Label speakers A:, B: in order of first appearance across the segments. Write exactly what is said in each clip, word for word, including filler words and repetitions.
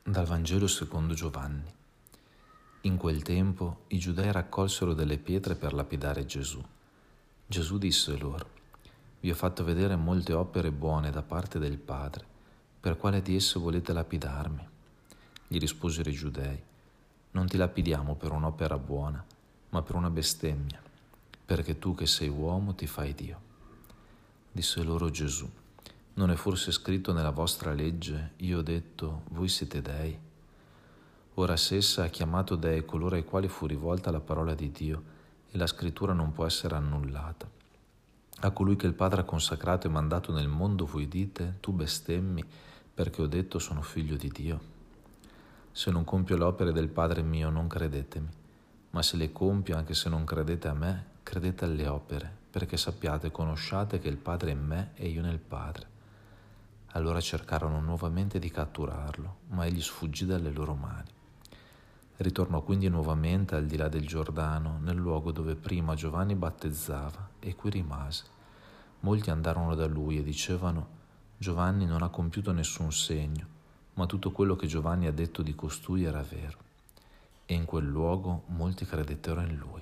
A: Dal Vangelo secondo Giovanni. In quel tempo i giudei raccolsero delle pietre per lapidare Gesù. Gesù disse loro: Vi ho fatto vedere molte opere buone da parte del Padre, per quale di esse volete lapidarmi? Gli risposero i giudei: Non ti lapidiamo per un'opera buona, ma per una bestemmia, perché tu che sei uomo ti fai Dio. Disse loro Gesù: Non è forse scritto nella vostra legge, io ho detto, voi siete dei? Ora se essa ha chiamato dei coloro ai quali fu rivolta la parola di Dio, e la scrittura non può essere annullata. A colui che il Padre ha consacrato e mandato nel mondo voi dite, tu bestemmi, perché ho detto sono figlio di Dio? Se non compio le opere del Padre mio, non credetemi, ma se le compio, anche se non credete a me, credete alle opere, perché sappiate e conosciate che il Padre è in me e io nel Padre. Allora cercarono nuovamente di catturarlo, ma egli sfuggì dalle loro mani. Ritornò quindi nuovamente al di là del Giordano, nel luogo dove prima Giovanni battezzava, e qui rimase. Molti andarono da lui e dicevano: Giovanni non ha compiuto nessun segno, ma tutto quello che Giovanni ha detto di costui era vero. E in quel luogo molti credettero in lui.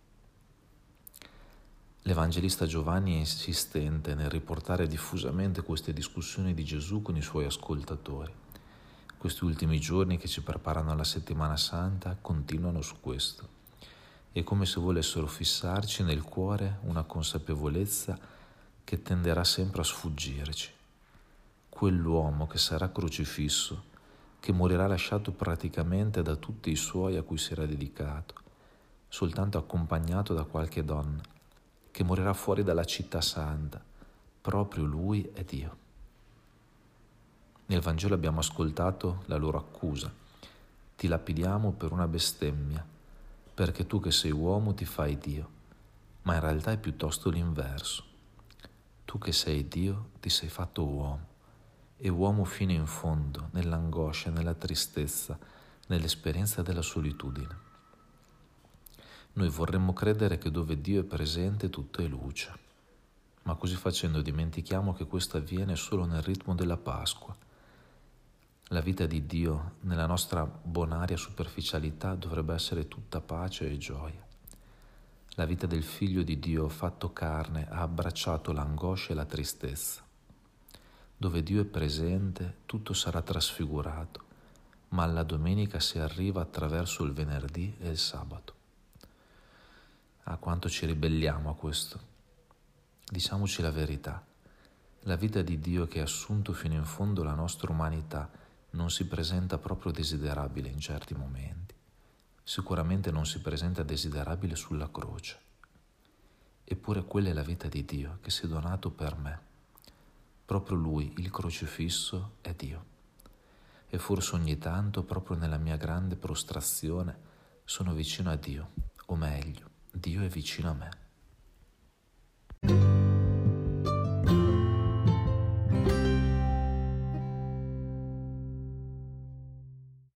A: L'Evangelista Giovanni è insistente nel riportare diffusamente queste discussioni di Gesù con i suoi ascoltatori. Questi ultimi giorni che ci preparano alla Settimana Santa continuano su questo. È come se volessero fissarci nel cuore una consapevolezza che tenderà sempre a sfuggirci. Quell'uomo che sarà crocifisso, che morirà lasciato praticamente da tutti i suoi a cui si era dedicato, soltanto accompagnato da qualche donna, che morirà fuori dalla città santa, proprio lui è Dio. Nel Vangelo abbiamo ascoltato la loro accusa: ti lapidiamo per una bestemmia, perché tu che sei uomo ti fai Dio, ma in realtà è piuttosto l'inverso. Tu che sei Dio ti sei fatto uomo, e uomo fino in fondo, nell'angoscia, nella tristezza, nell'esperienza della solitudine. Noi vorremmo credere che dove Dio è presente tutto è luce, ma così facendo dimentichiamo che questo avviene solo nel ritmo della Pasqua. La vita di Dio nella nostra bonaria superficialità dovrebbe essere tutta pace e gioia. La vita del Figlio di Dio fatto carne ha abbracciato l'angoscia e la tristezza. Dove Dio è presente tutto sarà trasfigurato, ma alla domenica si arriva attraverso il venerdì e il sabato. A quanto ci ribelliamo a questo. Diciamoci la verità. La vita di Dio che ha assunto fino in fondo la nostra umanità non si presenta proprio desiderabile in certi momenti. Sicuramente non si presenta desiderabile sulla croce. Eppure quella è la vita di Dio che si è donato per me. Proprio Lui, il crocifisso, è Dio. E forse ogni tanto, proprio nella mia grande prostrazione, sono vicino a Dio, o meglio, Dio è vicino a me.